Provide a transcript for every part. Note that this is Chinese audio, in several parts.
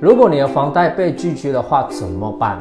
如果你的房贷被拒绝的话，怎么办？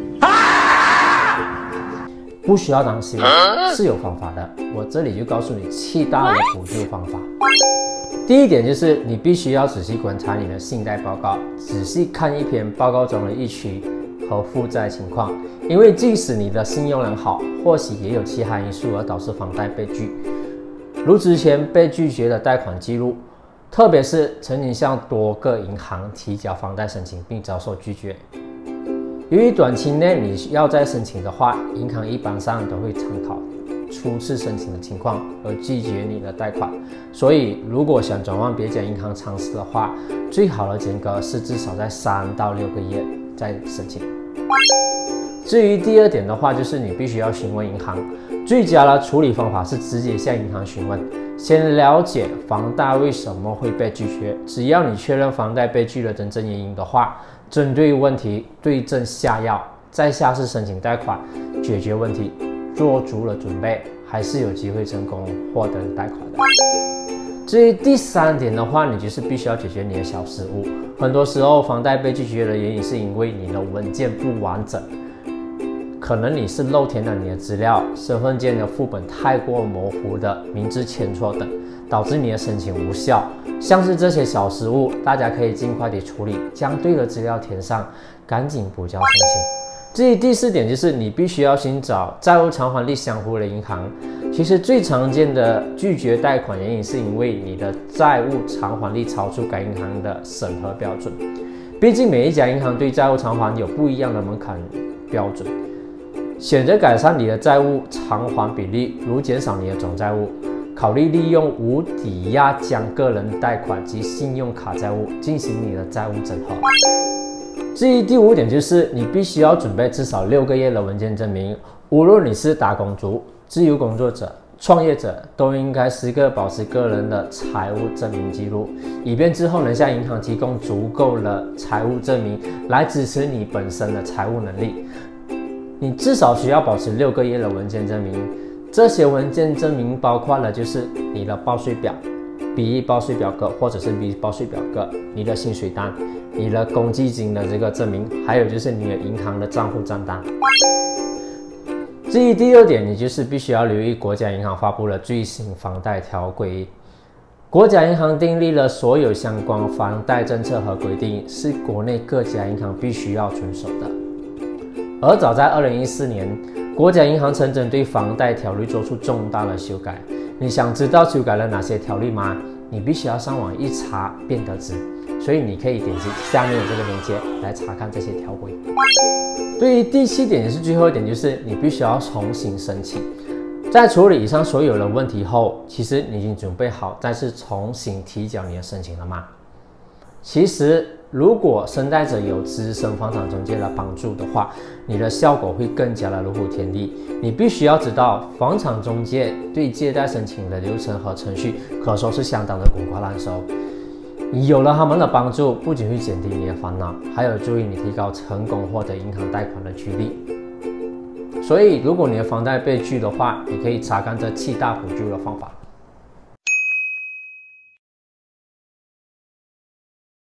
不需要担心，是有方法的。我这里就告诉你7大的补救方法。第一点就是你必须要仔细观察你的信贷报告，仔细看一篇报告中的逾期和负债情况，因为即使你的信用良好，或许也有其他因素而导致房贷被拒，如之前被拒绝的贷款记录，特别是曾经向多个银行提交房贷申请并遭受拒绝。由于短期内你要再申请的话，银行一般上都会参考初次申请的情况而拒绝你的贷款，所以如果想转换别家银行尝试的话，最好的间隔是至少在3到6个月再申请。至于第二点的话，就是你必须要询问银行，最佳的处理方法是直接向银行询问，先了解房贷为什么会被拒绝。只要你确认房贷被拒的真正原因的话，针对问题对症下药，再下次申请贷款，解决问题，做足了准备，还是有机会成功获得贷款的。至于第3点的话，你就是必须要解决你的小失误。很多时候房贷被拒绝的原因是因为你的文件不完整，可能你是漏填了你的资料，身份证的副本太过模糊的明知签错等，导致你的申请无效。像是这些小失误，大家可以尽快的处理，将对的资料填上，赶紧补交申请。至于第4点，就是你必须要寻找债务偿还率相符的银行。其实最常见的拒绝贷款原因是因为你的债务偿还率超出该银行的审核标准。毕竟每一家银行对债务偿还有不一样的门槛标准。选择改善你的债务偿还比例，如减少你的总债务，考虑利用无抵押将个人贷款及信用卡债务进行你的债务整合。至于第5点，就是你必须要准备至少6个月的文件证明，无论你是打工族、自由工作者、创业者，都应该时刻保持个人的财务证明记录，以便之后能向银行提供足够的财务证明来支持你本身的财务能力。你至少需要保持6个月的文件证明，这些文件证明包括了就是你的报税表、B1报税表格或者是 B 报税表格，你的薪水单、你的公积金的这个证明，还有就是你的银行的账户账单。至于第2点，你就是必须要留意国家银行发布了最新房贷条规。国家银行订立了所有相关房贷政策和规定，是国内各家银行必须要遵守的。而早在2014年，国家银行曾针对房贷条例做出重大的修改。你想知道修改了哪些条例吗？你必须要上网一查便得知。所以你可以点击下面的这个链接来查看这些条规。对于第7点也是最后一点，就是你必须要重新申请。在处理以上所有的问题后，其实你已经准备好再次重新提交你的申请了吗？其实如果申贷者有资深房产中介的帮助的话，你的效果会更加的如虎添翼。你必须要知道，房产中介对借贷申请的流程和程序可说是相当的滚瓜烂熟。你有了他们的帮助，不仅会减低你的烦恼，还有助于你提高成功获得银行贷款的几率。所以如果你的房贷被拒的话，你可以查看这7大补救的方法。